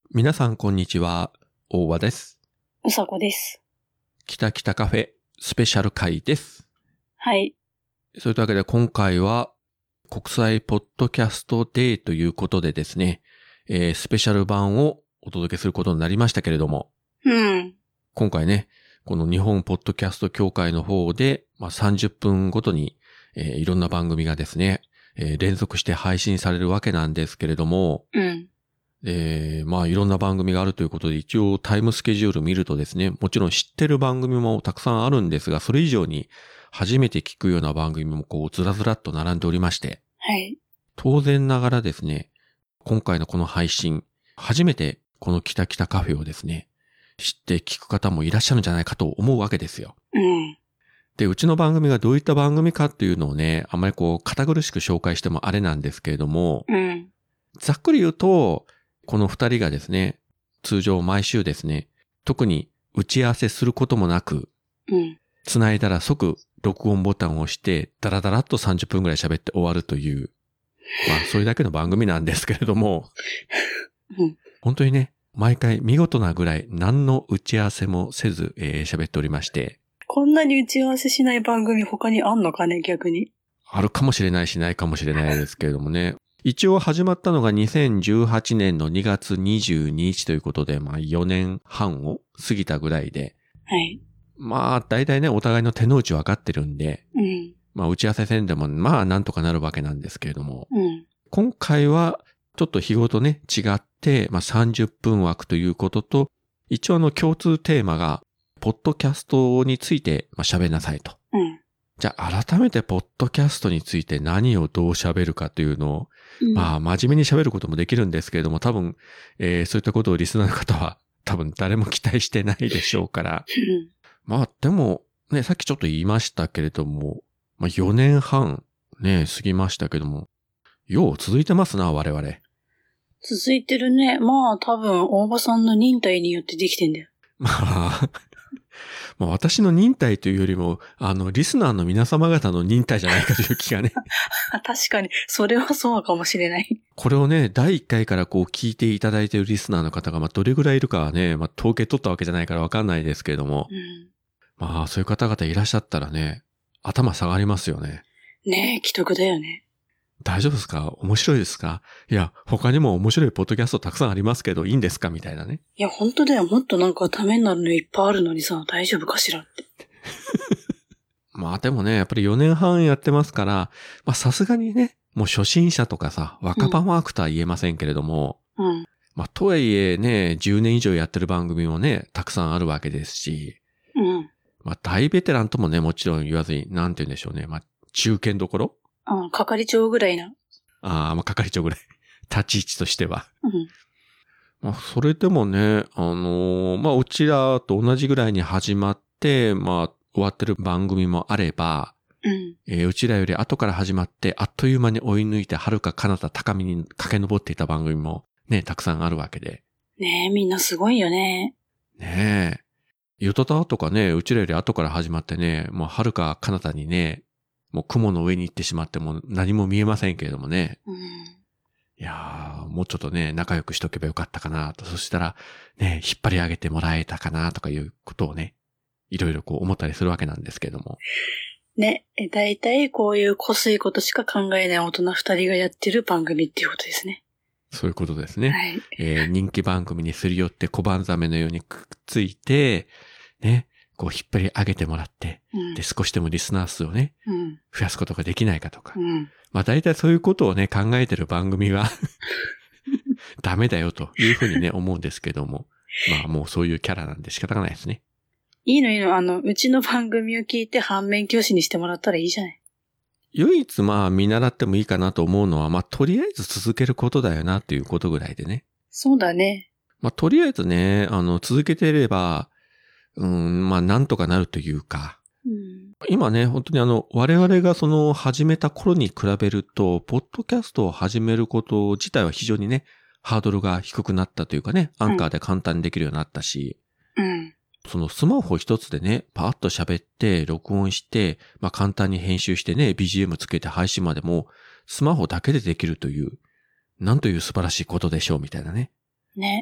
皆さんこんにちは、大和です。 うさこです。 北北カフェスペシャル会です。 はい。 そういうわけで今回は国際ポッドキャストデーということでですね、スペシャル版をお届けすることになりましたけれども、今回ね、この日本ポッドキャスト協会の方で、30分ごとに、いろんな番組がですね、連続して配信されるわけなんですけれども、いろんな番組があるということで、一応タイムスケジュール見るとですね、もちろん知ってる番組もたくさんあるんですが、それ以上に初めて聞くような番組もずらずらっと並んでおりまして、 はい。 当然ながらですね、今回のこの配信、初めてこの北北カフェをですね、知って聞く方もいらっしゃるんじゃないかと思うわけですよ。で、うちの番組がどういった番組かっていうのをね、あんまり堅苦しく紹介してもあれなんですけれども、ざっくり言うと、この二人がですね、通常毎週ですね、特に打ち合わせすることもなく、繋いだら即録音ボタンを押して、ダラダラっと30分くらい喋って終わるという、それだけの番組なんですけれども、本当にね、毎回見事なぐらい何の打ち合わせもせず喋っておりまして。 こんなに打ち合わせしない番組他にあんのかね、逆に。 あるかもしれないしないかもしれないですけれどもね。一応始まったのが2018年の2月22日ということで、4年半を過ぎたぐらいで。 はい。 大体ね、お互いの手の内分かってるんで、打ち合わせせんでもなんとかなるわけなんですけれども、今回はちょっと日ごとね、違って、30分枠ということと、一応共通テーマが、ポッドキャストについて喋りなさいと。じゃあ改めてポッドキャストについて何をどう喋るかというのを、真面目に喋ることもできるんですけれども、多分、そういったことをリスナーの方は多分誰も期待してないでしょうから。でも、ね、さっきちょっと言いましたけれども、4年半ね、過ぎましたけども、よう続いてますな、我々。 続いてるね。多分、大場さんの忍耐によってできてんだよ。 私の忍耐というよりも、リスナーの皆様方の忍耐じゃないかという気がね。 確かに、それはそうかもしれない。 これをね、第1回から聞いていただいているリスナーの方が、どれぐらいいるかはね、統計取ったわけじゃないからわかんないですけれども。そういう方々いらっしゃったらね、頭下がりますよね。 ねえ、奇特だよね。 大丈夫ですか？面白いですか？いや、他にも面白いポッドキャストたくさんありますけど、いいんですか？みたいなね。 いや、本当だよ。もっとためになるのいっぱいあるのにさ、大丈夫かしらって。 でもね、やっぱり4年半やってますから、さすがにね、もう初心者とかさ、若葉マークとは言えませんけれども、とはいえね、10年以上やってる番組もね、たくさんあるわけですし、大ベテランともね、もちろん言わずに、なんて言うんでしょうね、中堅どころ？ 係長ぐらいな。 係長ぐらい。立ち位置としては。それでもね、うちらと同じぐらいに始まって、終わってる番組もあれば、うちらより後から始まって、あっという間に追い抜いて、遥か彼方高みに駆け上っていた番組もね、たくさんあるわけで。 ねえ、みんなすごいよね。 ねえ。ゆとたとかね、うちらより後から始まってね、もう遥か彼方にね、もう雲の上に行ってしまっても何も見えませんけれどもね。いやー、もうちょっとね、仲良くしとけばよかったかなと。そしたら、ね、引っ張り上げてもらえたかなとかいうことをね、いろいろ思ったりするわけなんですけれども。 ね、だいたいこういうこすいことしか考えない大人二人がやってる番組っていうことですね。 そういうことですね。人気番組にすり寄って小判ザメのようにくっついて、ね、引っ張り上げてもらって、で、少しでもリスナー数をね、増やすことができないかとか。大体そういうことをね、考えてる番組はダメだよというふうにね、思うんですけども。もうそういうキャラなんで仕方がないですね。 いいの。うちの番組を聞いて反面教師にしてもらったらいいじゃない。 唯一見習ってもいいかなと思うのは、とりあえず続けることだよなっていうことぐらいでね。 そうだね。 とりあえずね、続けていれば、なんとかなるというか。今ね、本当に我々が始めた頃に比べると、ポッドキャストを始めること自体は非常にね、ハードルが低くなったというかね、アンカーで簡単にできるようになったし、スマホ一つでね、パーッと喋って、録音して、簡単に編集してね、BGM つけて配信までも、スマホだけでできるという、なんという素晴らしいことでしょう、みたいなね。 ね。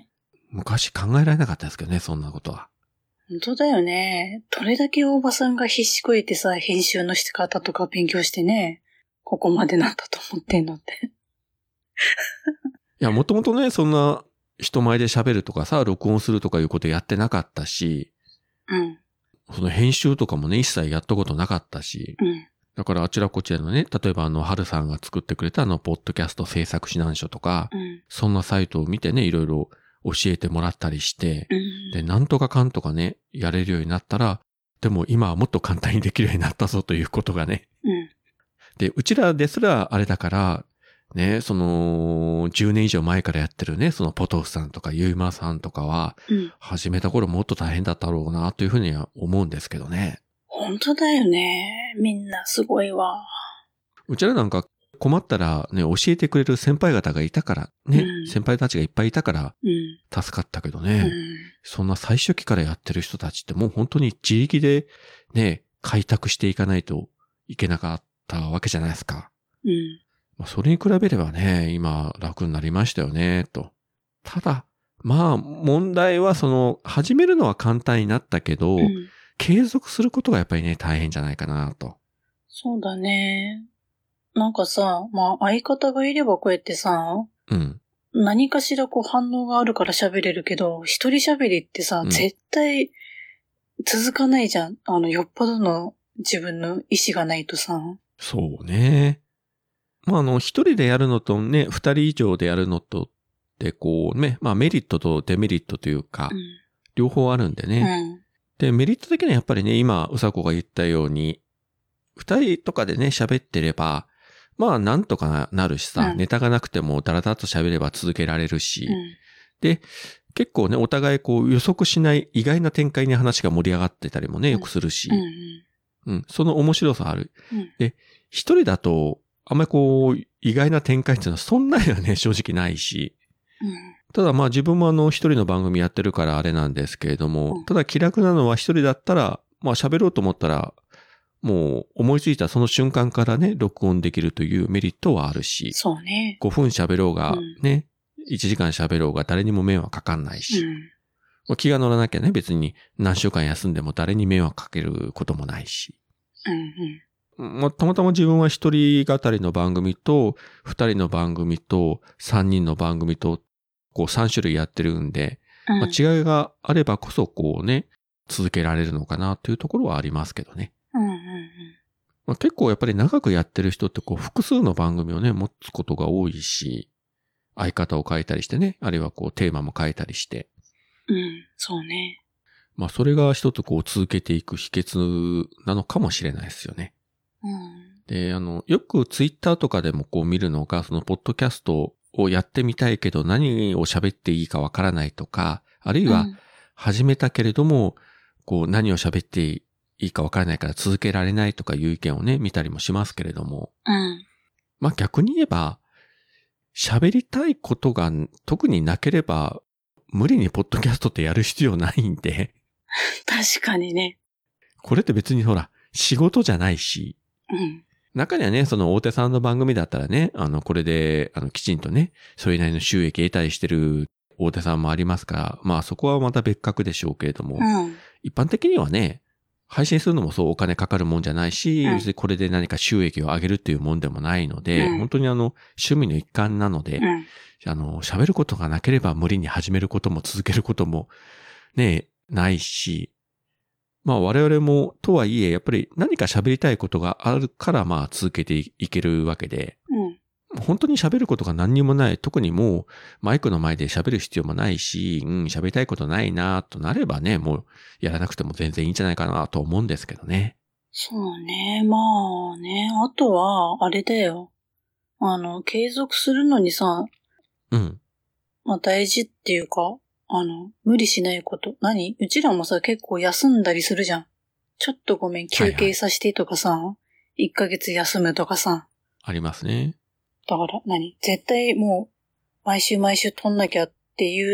昔考えられなかったですけどね、そんなことは。 本当だよね。どれだけ大場さんが必死こいてさ、編集の仕方とか勉強してね、ここまでなんだと思ってんのって。 いや、もともとね、そんな人前で喋るとかさ、録音するとかいうことやってなかったし、 うん。 その編集とかもね、一切やったことなかったし、 うん。 だからあちらこちらのね、例えば春さんが作ってくれたポッドキャスト制作指南書とか、 うん、 そんなサイトを見てね、いろいろ教えてもらったりして、 うん、 で、なんとかかんとかね、やれるようになったら、でも今はもっと簡単にできるようになったぞということがね。 うん、 で、うちらですらあれだから、ね、その、10年以上前からやってるね、そのポトフさんとかユーマさんとかは、始めた頃もっと大変だったろうな、というふうには思うんですけどね。 本当だよね。みんなすごいわ。 うちらなんか困ったらね、教えてくれる先輩方がいたからね、先輩たちがいっぱいいたから助かったけどね、そんな最初期からやってる人たちってもう本当に自力でね、開拓していかないといけなかったわけじゃないですか。それに比べればね、今楽になりましたよね、と。ただ、まあ問題は始めるのは簡単になったけど、継続することがやっぱりね、大変じゃないかなと。 そうだね。なんかさ、まあ相方がいればこうやってさ、何かしら反応があるから喋れるけど、一人喋りってさ、絶対続かないじゃん。よっぽどの自分の意志がないとさ。 そうね。まあ一人でやるのとね、二人以上でやるのとってまあメリットとデメリットというか、両方あるんでね。で、メリット的にはやっぱりね、今、うさこが言ったように、二人とかでね、喋ってれば、まあなんとかなるしさ、ネタがなくてもダラダラと喋れば続けられるし、で、結構ね、お互い予測しない意外な展開に話が盛り上がってたりもね、よくするし、その面白さある。で、一人だと、あんまり意外な展開っていうのはそんなにはね、正直ないし、ただまあ自分も一人の番組やってるからあれなんですけれども、ただ気楽なのは一人だったら、まあ喋ろうと思ったら、もう思いついたその瞬間からね、録音できるというメリットはあるし、 そうね。 5分喋ろうがね、1時間喋ろうが誰にも迷惑かかんないし、気が乗らなきゃね、別に何週間休んでも誰に迷惑かけることもないし。まあ、たまたま自分は一人語りの番組と、二人の番組と、三人の番組と、3種類やってるんで、まあ、違いがあればこそ続けられるのかなというところはありますけどね。まあ、結構やっぱり長くやってる人って複数の番組をね、持つことが多いし、相方を変えたりしてね、あるいはテーマも変えたりして。 そうね。 まあそれが一つ続けていく秘訣なのかもしれないですよね。で、よくツイッターとかでも見るのが、そのポッドキャストをやってみたいけど何を喋っていいかわからないとか、あるいは始めたけれども、何を喋っていいかわからないから続けられないとかいう意見をね、見たりもしますけれども。まあ逆に言えば、喋りたいことが特になければ、無理にポッドキャストってやる必要ないんで。 確かにね。 これって別にほら、仕事じゃないし。中にはね、その大手さんの番組だったらね、これで、きちんとね、それなりの収益得たりしてる大手さんもありますから、まあそこはまた別格でしょうけれども、一般的にはね、配信するのもそうお金かかるもんじゃないし、別にこれで何か収益を上げるっていうもんでもないので、本当に趣味の一環なので、喋ることがなければ無理に始めることも続けることもね、ないし、まあ我々もとはいえやっぱり何か喋りたいことがあるからまあ続けていけるわけで、本当に喋ることが何にもない、特にもうマイクの前で喋る必要もないし、喋りたいことないなとなればね、もうやらなくても全然いいんじゃないかなと思うんですけどね。 そうね、まあね、あとはあれだよ。継続するのにさ、まあ大事っていうか、無理しないこと。うちらもさ、結構休んだりするじゃん。ちょっとごめん、休憩させてとかさ、1ヶ月休むとかさ。 ありますね。 だから絶対もう、毎週撮んなきゃって言って、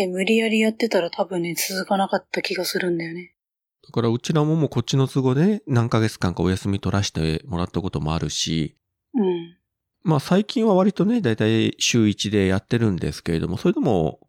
無理やりやってたら多分ね、続かなかった気がするんだよね。 だからうちらももうこっちの都合で何ヶ月間かお休み取らせてもらったこともあるし、まあ最近は割とね、だいたい週1でやってるんですけれども、それでも、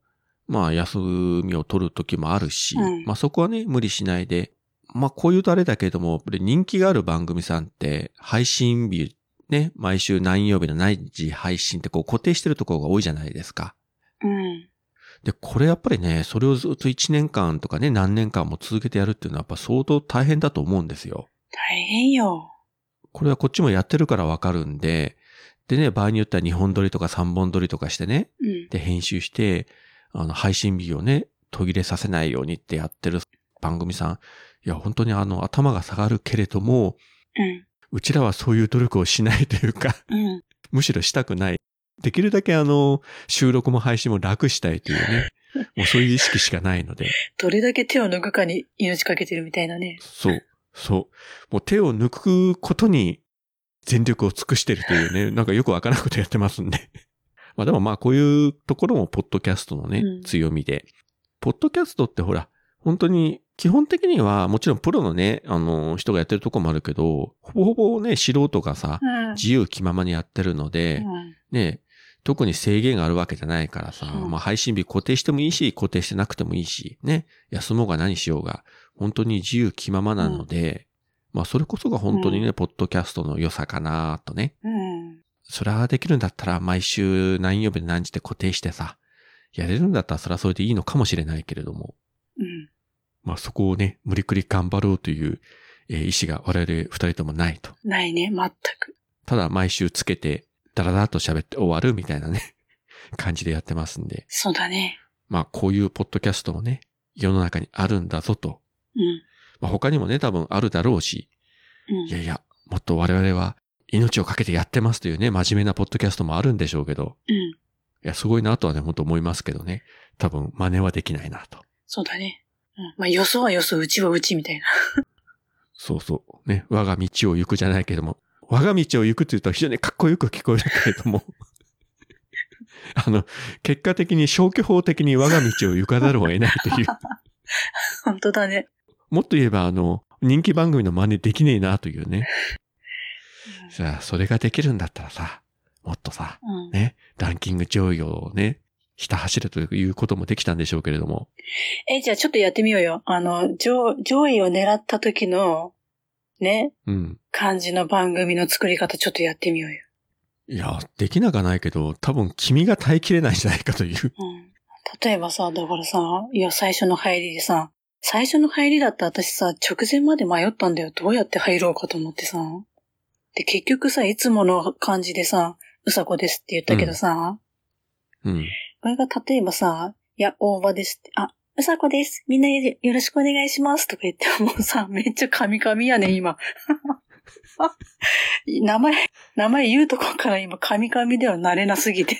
まあ休みを取る時もあるし、まあそこはね、無理しないで、まあこういうとあれだけれども、人気がある番組さんって配信日ね、毎週何曜日の何時配信ってこう固定してるところが多いじゃないですか。で、これやっぱりね、それをずっと1年間とかね、何年間も続けてやるっていうのはやっぱ相当大変だと思うんですよ。 大変よ。 これはこっちもやってるからわかるんで、でね、場合によっては2本撮りとか3本撮りとかしてね、で、編集して、配信日をね、途切れさせないようにってやってる番組さん、いや、本当に頭が下がるけれども、うちらはそういう努力をしないというか、むしろしたくない。できるだけ収録も配信も楽したいというね、もうそういう意識しかないので。 どれだけ手を抜くかに命かけてるみたいなね。 そう。もう手を抜くことに全力を尽くしてるというね、なんかよくわからないことやってますんで。まあでもまあこういうところもポッドキャストのね、強みで。ポッドキャストってほら、本当に基本的にはもちろんプロのね、人がやってるとこもあるけど、ほぼほぼね、素人がさ、自由気ままにやってるので、ね、特に制限があるわけじゃないからさ、まあ配信日固定してもいいし、固定してなくてもいいし、ね、休もうが何しようが、本当に自由気ままなので、まあそれこそが本当にね、ポッドキャストの良さかなとね。それはできるんだったら毎週何曜日何時で固定してさ、やれるんだったらそれはそれでいいのかもしれないけれども。まあそこをね、無理くり頑張ろうという、意思が我々二人ともないと。 ないね、全く。 ただ毎週つけて、だらだらと喋って終わるみたいなね、感じでやってますんで。 そうだね。 まあこういうポッドキャストもね、世の中にあるんだぞと。まあ、他にもね、多分あるだろうし、いやいや、もっと我々は命をかけてやってますというね、真面目なポッドキャストもあるんでしょうけど、いや、すごいなとはね、本当思いますけどね。多分真似はできないなと。 そうだね。まあ、よそはよそ、うちはうちみたいな。 そうそう。ね、我が道を行くじゃないけども、我が道を行くって言うと非常にかっこよく聞こえるけれども、結果的に消去法的に我が道を行かざるを得ないという。 本当だね。 もっと言えば人気番組の真似できねえなというね。じゃあ、それができるんだったらさ、もっとさ、ね、ランキング上位をね、ひた走るということもできたんでしょうけれども。 じゃあちょっとやってみようよ。上位を狙った時の、ね、感じの番組の作り方ちょっとやってみようよ。 いや、できなかないけど、多分君が耐えきれないんじゃないかという。 例えばさ、だからさ、いや、最初の入りでさ、最初の入りだった私さ、直前まで迷ったんだよ。どうやって入ろうかと思ってさ。で、結局さ、いつもの感じでさ、うさこですって言ったけどさ、これが例えばさ、いや、大場ですって、うさこです。みんなよろしくお願いしますとか言ってもうさ、めっちゃカミカミやね、今。名前言うとこから今カミカミではなれなすぎて。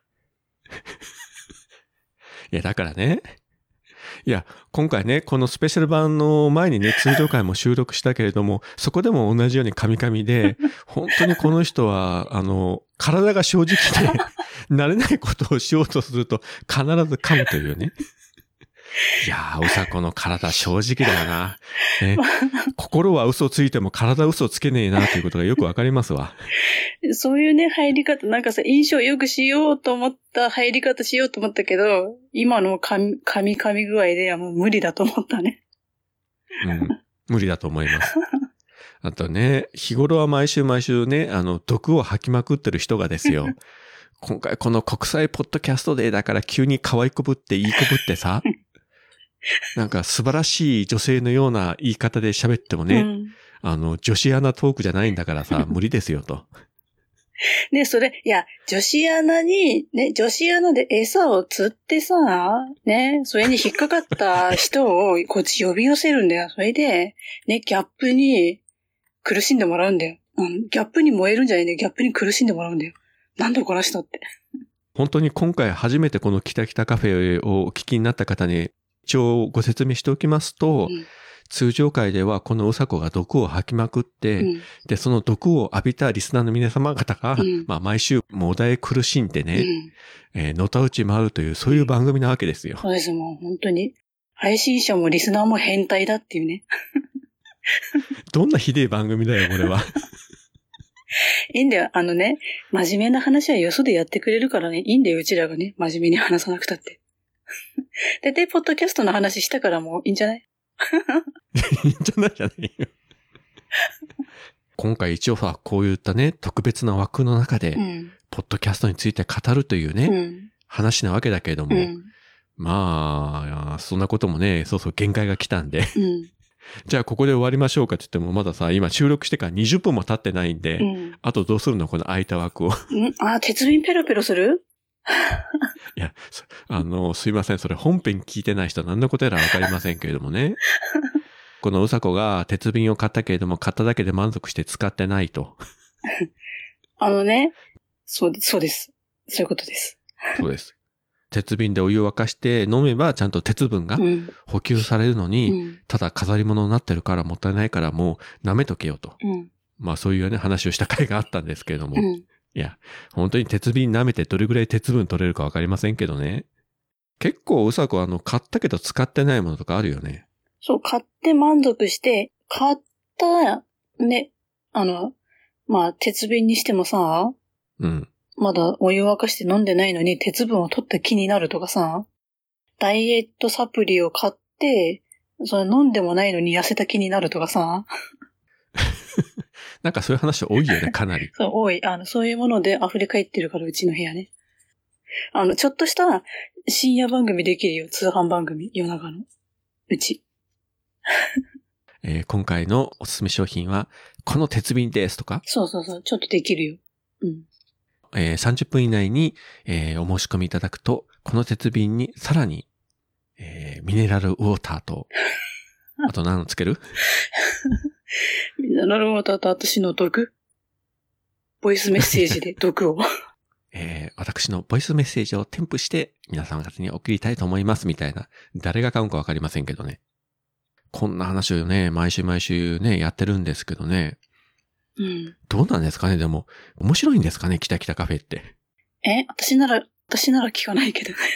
いや、だからね。いや、今回ね、このスペシャル版の前にね、通常回も収録したけれども、そこでも同じようにカミカミで、本当にこの人は、体が正直で、慣れないことをしようとすると、必ず噛むというね。いやー、うさこの体正直だよな。ね、心は嘘ついても体嘘つけねえなということがよくわかりますわ。 そういうね、入り方、なんかさ、印象良くしようと思った入り方しようと思ったけど、今のカミ具合ではもう無理だと思ったね。 無理だと思います。あとね、日頃は毎週ね、毒を吐きまくってる人がですよ。今回この国際ポッドキャストデーだから急に可愛こぶっていいこぶってさ、なんか素晴らしい女性のような言い方で喋ってもね、女子アナトークじゃないんだからさ、無理ですよと。 ね、いや、女子アナで餌を釣ってさ、ね、それに引っかかった人をこっち呼び寄せるんだよ。それで、ね、ギャップに苦しんでもらうんだよ。ギャップに燃えるんじゃないね。ギャップに苦しんでもらうんだよ。なんだこの人って。 本当に今回初めてこのキタキタカフェをお聞きになった方に一応ご説明しておきますと、通常回ではこのうさこが毒を吐きまくって、で、その毒を浴びたリスナーの皆様方が、まあ毎週もだえ苦しんでね、のたうち回るという、そういう番組なわけですよ。 そうです、もう本当に。配信者もリスナーも変態だっていうね。 どんなひでえ番組だよ、これは。 いいんだよ。真面目な話はよそでやってくれるからね。いいんだよ、うちらがね。真面目に話さなくたって。 で、ポッドキャストの話したからもういいんじゃない？ いいんじゃないじゃないよ。今回一応さ、こういったね、特別な枠の中で、ポッドキャストについて語るというね、話なわけだけれども、まあ、そんなこともね、そうそう限界が来たんで、じゃあここで終わりましょうかって言っても、まださ、今収録してから20分も経ってないんで、あとどうするのこの空いた枠を。 鉄瓶ペロペロする？ いや、すいません。それ本編聞いてない人は何のことやらわかりませんけれどもね。このうさこが鉄瓶を買ったけれども、買っただけで満足して使ってないと。 そうです。そういうことです。 そうです。鉄瓶でお湯を沸かして飲めばちゃんと鉄分が補給されるのに、ただ飾り物になってるからもったいないからもう舐めとけよと。まあそういうね話をした回があったんですけれども。いや、本当に鉄瓶舐めてどれぐらい鉄分取れるかわかりませんけどね。結構うさこ買ったけど使ってないものとかあるよね。 そう、買って満足して、買ったね、まあ鉄瓶にしてもさ、まだお湯沸かして飲んでないのに鉄分を取った気になるとかさ、ダイエットサプリを買って、それ飲んでもないのに痩せた気になるとかさ。 なんかそういう話多いよね、かなり。 そう、多い。そういうもので溢れ返ってるから、うちの部屋ね。ちょっとした深夜番組できるよ、通販番組、夜中の。うち。 今回のおすすめ商品は、この鉄瓶ですとか。 そう。ちょっとできるよ。 30分以内に、お申し込みいただくと、この鉄瓶にさらに、ミネラルウォーターと、あと何をつける？ ミネラルウォーターと私の毒？ボイスメッセージで毒を。 私のボイスメッセージを添付して皆様方に送りたいと思いますみたいな、誰が買うかわかりませんけどね。こんな話をね、毎週ね、やってるんですけどね。どうなんですかね、でも。面白いんですかね、キタキタカフェって。 私なら聞かないけどね。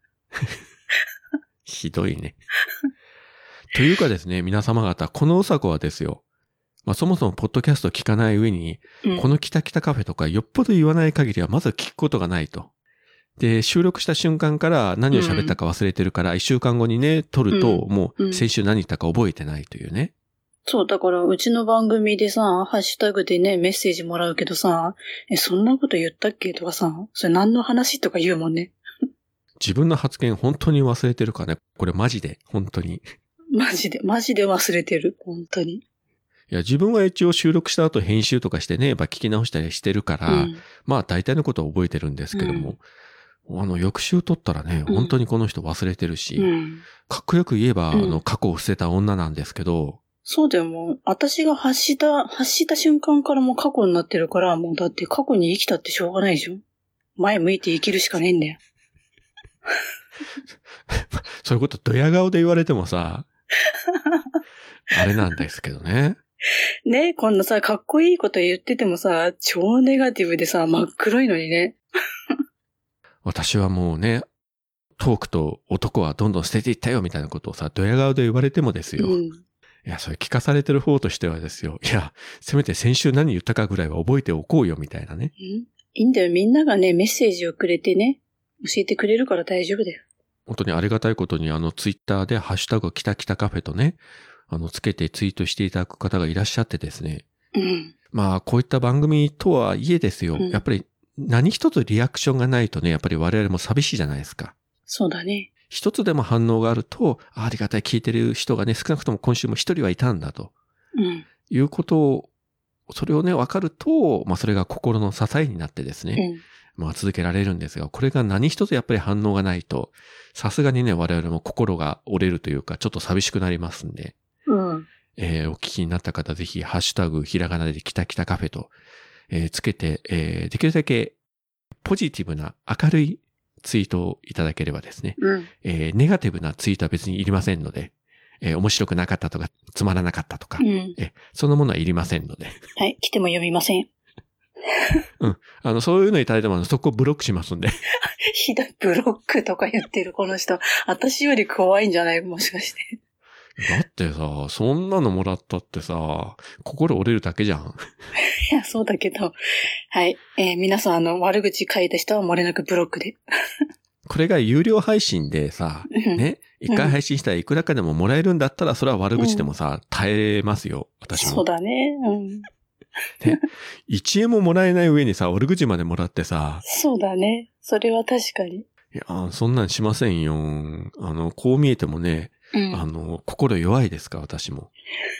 ひどいね。というかですね、皆様方、このうさこはですよ。まあそもそもポッドキャスト聞かない上に、このキタキタカフェとかよっぽど言わない限りはまず聞くことがないと。で、収録した瞬間から何を喋ったか忘れてるから、1週間後にね、撮ると、もう先週何言ったか覚えてないというね。 そう、だからうちの番組でさ、ハッシュタグでね、メッセージもらうけどさ、そんなこと言ったっけとかさ、それ何の話とか言うもんね。 自分の発言本当に忘れてるかね。これマジで、本当に。 マジで忘れてる。本当に。 いや、自分は一応収録した後編集とかしてね、聞き直したりしてるから、まあ大体のことは覚えてるんですけども、翌週撮ったらね、本当にこの人忘れてるし、かっこよく言えば、過去を伏せた女なんですけど、 そうだよ、もう、私が発した瞬間からもう過去になってるから、もうだって過去に生きたってしょうがないでしょ。前向いて生きるしかねえんだよ。 そういうことドヤ顔で言われてもさ、あれなんですけどね。 ね、こんなさ、かっこいいこと言っててもさ、超ネガティブでさ、真っ黒いのにね。 私はもうね、トークと男はどんどん捨てていったよみたいなことをさ、ドヤ顔で言われてもですよ。いや、それ聞かされてる方としてはですよ。いや、せめて先週何言ったかぐらいは覚えておこうよみたいなね。 いいんだよ。みんながね、メッセージをくれてね、教えてくれるから大丈夫だよ。 本当にありがたいことにツイッターでハッシュタグキタキタカフェとね、つけてツイートしていただく方がいらっしゃってですね。まあ、こういった番組とはいえですよ。やっぱり何一つリアクションがないとね、やっぱり我々も寂しいじゃないですか。 そうだね。 一つでも反応があると、ありがたい聞いてる人がね、少なくとも今週も一人はいたんだと。いうことを、それをね、わかると、まあそれが心の支えになってですね。まあ続けられるんですが、これが何一つやっぱり反応がないと、さすがにね、我々も心が折れるというか、ちょっと寂しくなりますんで。お聞きになった方、ぜひ、ハッシュタグ、ひらがなでキタキタカフェと、つけて、できるだけポジティブな明るいツイートをいただければですね、ネガティブなツイートは別にいりませんので、面白くなかったとか、つまらなかったとか、そのものはいりませんので。 はい、来ても読みません。 そういうのいただいても、そこをブロックしますんで。 ひどい、ブロックとか言ってるこの人、私より怖いんじゃない？もしかして。 だってさ、そんなのもらったってさ、心折れるだけじゃん。 いや、そうだけど。はい。皆さん、悪口書いた人は漏れなくブロックで。 これが有料配信でさ、ね、一回配信したらいくらかでももらえるんだったら、それは悪口でもさ、耐えますよ、私も。 そうだね。 ね、1円ももらえない上にさ、悪口までもらってさ。 そうだね。それは確かに。 いや、そんなんしませんよ。こう見えてもね、心弱いですか、私も。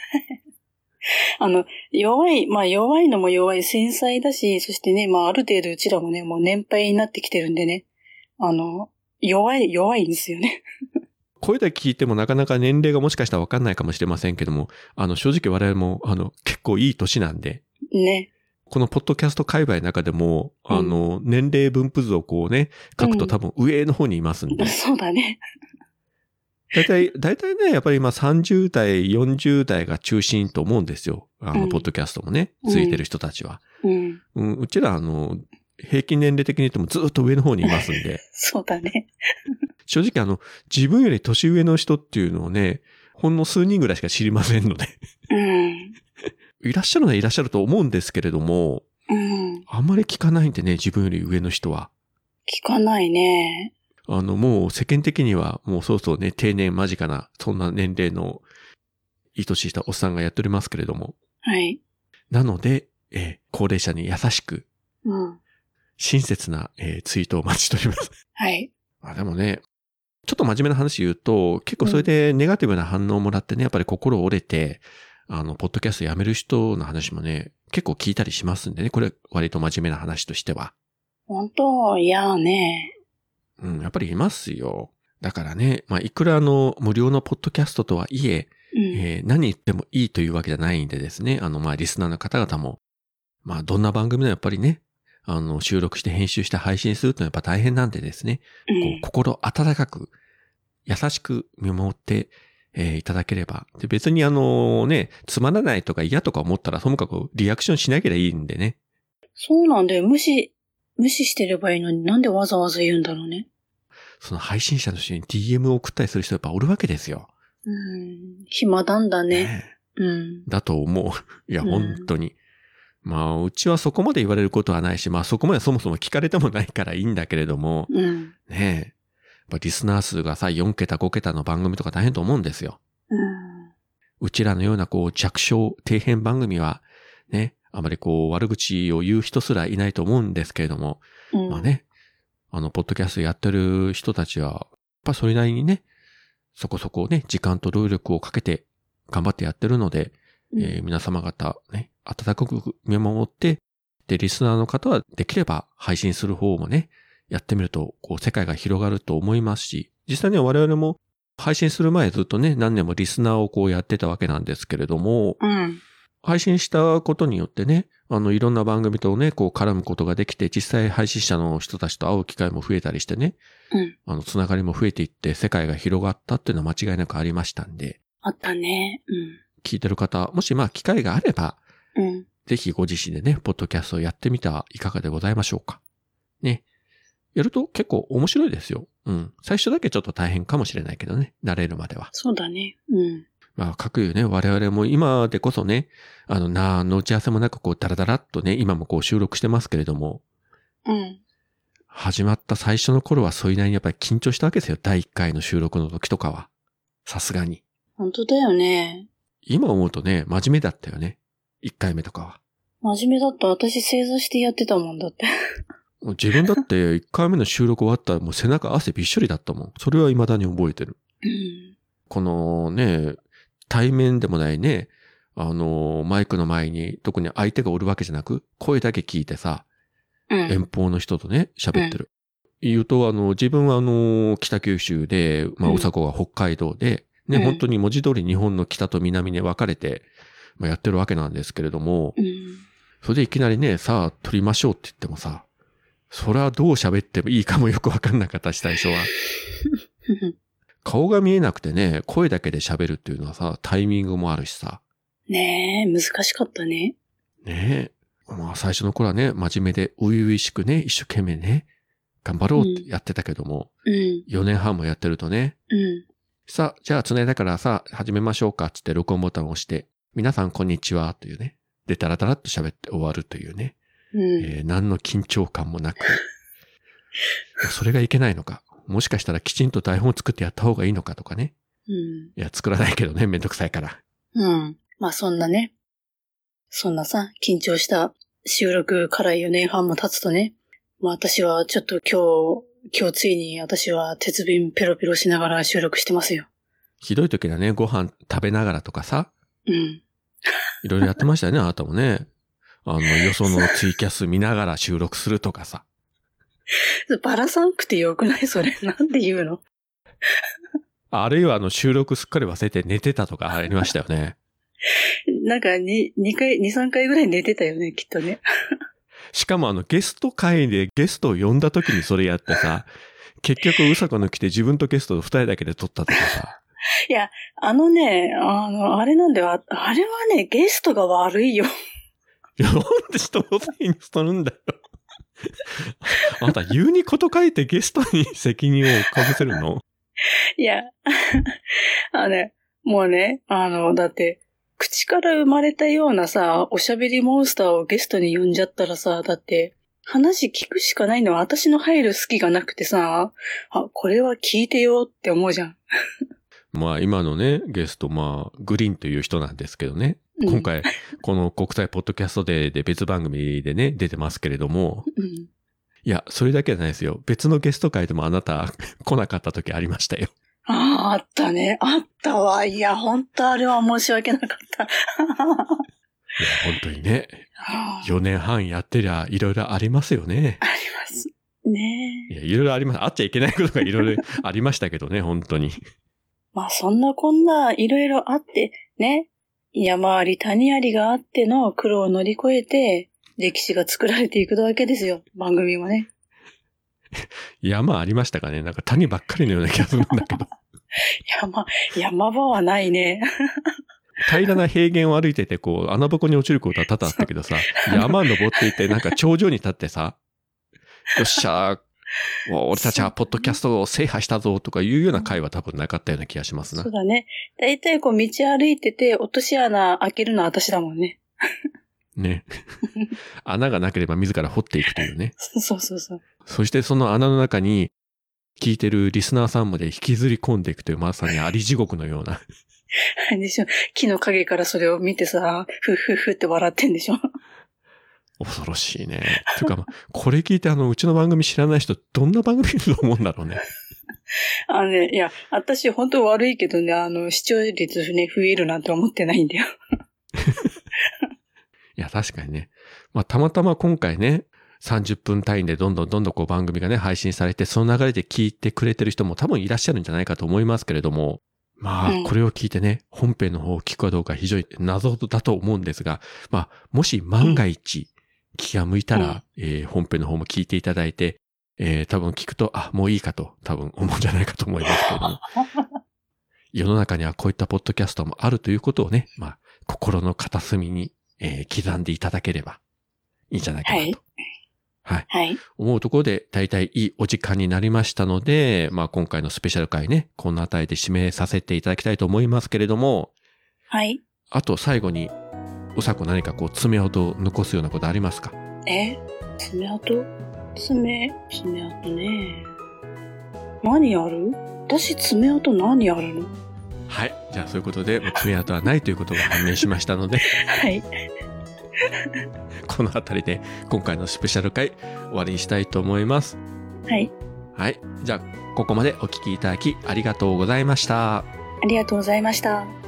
弱いのも弱い、繊細だし、そしてね、ある程度うちらもね、もう年配になってきてるんでね、弱いんですよね。 声だけ聞いてもなかなか年齢がもしかしたらわかんないかもしれませんけども、正直我々も、結構いい年なんで。 ね。 このポッドキャスト界隈の中でも、年齢分布図をこうね、書くと多分上の方にいますんで。 そうだね。 だいたいね、やっぱり今30代、40代が中心と思うんですよ。ポッドキャストもね、ついてる人たちは。うちら平均年齢的に言ってもずっと上の方にいますんで。 そうだね。 正直自分より年上の人っていうのをね、ほんの数人ぐらいしか知りませんので。いらっしゃるのはいらっしゃると思うんですけれども、あんまり聞かないんでね、自分より上の人は。 聞かないね。 もう世間的にはもうそうそうね、定年間近な、そんな年齢のいい年したおっさんがやっておりますけれども。 はい。 なので、高齢者に優しく、親切な、ツイートをお待ちしております。 はい。 でもね、ちょっと真面目な話言うと、結構それでネガティブな反応をもらってね、やっぱり心折れて、ポッドキャストやめる人の話もね、結構聞いたりしますんでね、これ割と真面目な話としては。 本当、いやね。 やっぱりいますよ。だからね、いくら無料のポッドキャストとはいえ、何言ってもいいというわけじゃないんでですね、リスナーの方々も、どんな番組でもやっぱりね、収録して編集して配信するというのはやっぱ大変なんでですね、心温かく、優しく見守って、いただければ。で、別につまらないとか嫌とか思ったら、ともかくリアクションしなければいいんでね。 そうなんだよ。無視してればいいのになんでわざわざ言うんだろうね。 その配信者の人に DM を送ったりする人やっぱおるわけですよ。 暇なんだね。 だと思う。いや、本当に。うちはそこまで言われることはないし、そこまでそもそも聞かれてもないからいいんだけれども、ねえ。リスナー数がさ、4桁、5桁の番組とか大変と思うんですよ。うちらのような弱小、底辺番組は、ね、あまり悪口を言う人すらいないと思うんですけれども、ね、ポッドキャストやってる人たちは、やっぱそれなりにね、そこそこね、時間と労力をかけて頑張ってやってるので、皆様方ね、温かく見守って、で、リスナーの方はできれば配信する方もね、やってみると、世界が広がると思いますし、実際には我々も配信する前ずっとね、何年もリスナーをやってたわけなんですけれども、配信したことによってね、いろんな番組とね、絡むことができて、実際配信者の人たちと会う機会も増えたりしてね、つながりも増えていって、世界が広がったっていうのは間違いなくありましたんで。 あったね。 聞いてる方、もし機会があれば、ぜひご自身でね、ポッドキャストをやってみてはいかがでございましょうか。ね。やると結構面白いですよ。最初だけちょっと大変かもしれないけどね、慣れるまでは。 そうだね。 各有ね、我々も今でこそね、何の打ち合わせもなくダラダラっとね、今も収録してますけれども、始まった最初の頃はそれなりにやっぱり緊張したわけですよ。第1回の収録の時とかは。さすがに。 本当だよね。 今思うとね、真面目だったよね。1回目とかは。 真面目だった。私正座してやってたもんだって。 自分だって1回目の収録終わったらもう背中汗びっしょりだったもん。それは未だに覚えてる。このね、対面でもないね、マイクの前に特に相手がおるわけじゃなく、声だけ聞いてさ、遠方の人とね、喋ってる。言うと、自分は北九州で、うさこが北海道で、ね、本当に文字通り日本の北と南に分かれて、やってるわけなんですけれども、それでいきなりね、さあ撮りましょうって言ってもさ、それはどう喋ってもいいかもよくわかんなかったし、最初は。顔が見えなくてね、声だけで喋るっていうのはさ、タイミングもあるしさ。 ねえ、難しかったね。 ねえ。最初の頃はね、真面目で初々しくね、一生懸命ね、頑張ろうってやってたけども、4年半もやってるとね、さあ、じゃあ繋いだからさ、始めましょうかって録音ボタンを押して、皆さんこんにちはというね、で、ダラダラっと喋って終わるというね、何の緊張感もなく、それがいけないのか。 もしかしたらきちんと台本作ってやった方がいいのかとかね。 うん。 いや、作らないけどね、めんどくさいから。 うん。まあそんなさ、緊張した収録から4年半も経つとね、まあ私はちょっと今日ついに私は鉄瓶ペロペロしながら収録してますよ。 ひどい時はね、ご飯食べながらとかさ。 うん。 いろいろやってましたよね、あなたもね。よそのツイキャス見ながら収録するとかさ。 バラさんくてよくないそれ。なんで言うの？ あるいは収録すっかり忘れて寝てたとかありましたよね。 なんか2、3回ぐらい寝てたよね、きっとね。 しかもゲスト会でゲストを呼んだ時にそれやってさ、結局うさこの来て自分とゲストを2人だけで撮ったとかさ。 いや、あれなんだよ。あれはね、ゲストが悪いよ。 いや、なんで人のせいにするんだよ。あなた言うにこと書いてゲストに責任をかぶせるの？ いや、もうね、だって、口から生まれたようなさ、おしゃべりモンスターをゲストに呼んじゃったらさ、だって、話聞くしかないのは私の入る隙がなくてさ、これは聞いてよって思うじゃん。 まあ今のね、ゲスト、グリーンという人なんですけどね。今回、この国際ポッドキャストデーで別番組でね、出てますけれども。 うん、 いや、それだけじゃないですよ。別のゲスト会でもあなた来なかった時ありましたよ。 あったね。あったわ。いや、本当あれは申し訳なかった。いや、 本当にね。4年半やってりゃいろいろありますよね。 ありますね。 いや、いろいろあります。あっちゃいけないことがいろいろありましたけどね、本当に。 まあそんなこんないろいろあって、ね。山あり谷ありがあっての苦労を乗り越えて、歴史が作られていくわけですよ。番組もね。 山ありましたかね？なんか谷ばっかりのような気がするんだけど。 山場はないね。 平らな平原を歩いてて、穴ぼこに落ちることは多々あったけどさ、山登っていって、なんか頂上に立ってさ、よっしゃー、俺たちはポッドキャストを制覇したぞとかいうような回は多分なかったような気がしますな。 そうだね。だいたい道歩いてて、落とし穴開けるのは私だもんね。 ね。穴がなければ自ら掘っていくというね。 そう。 そしてその穴の中に聞いてるリスナーさんまで引きずり込んでいくというまさにあり地獄のような。 でしょ。木の陰からそれを見てさ、ふふって笑ってんでしょ。 恐ろしいね。てかこれ聞いてうちの番組知らない人どんな番組だと思うんだろうね。 いや、私本当悪いけどね、視聴率ね、増えるなんて思ってないんだよ。 いや、確かにね。たまたま今回ね、30分単位でどんどん番組がね、配信されて、その流れで聞いてくれてる人も多分いらっしゃるんじゃないかと思いますけれども、これを聞いてね、本編の方を聞くかどうか非常に謎だと思うんですが、もし万が一、気が向いたら、本編の方も聞いていただいて、多分聞くと、もういいかと多分思うんじゃないかと思いますけれども。世の中にはこういったポッドキャストもあるということをね、心の片隅に、刻んでいただければいいんじゃないかなと。はい。思うところで大体いいお時間になりましたので、今回のスペシャル回ね、このあたりで締めさせていただきたいと思いますけれども。 はい。 あと最後に、うさこ何か爪痕を残すようなことありますか？ 爪痕ね。何ある？私爪痕何あるの？ はい。じゃあそういうことで、爪痕はないということが判明しましたので。 はい。 このあたりで今回のスペシャル回終わりにしたいと思います。 はい。 はい。じゃあ、ここまでお聞きいただきありがとうございました。 ありがとうございました。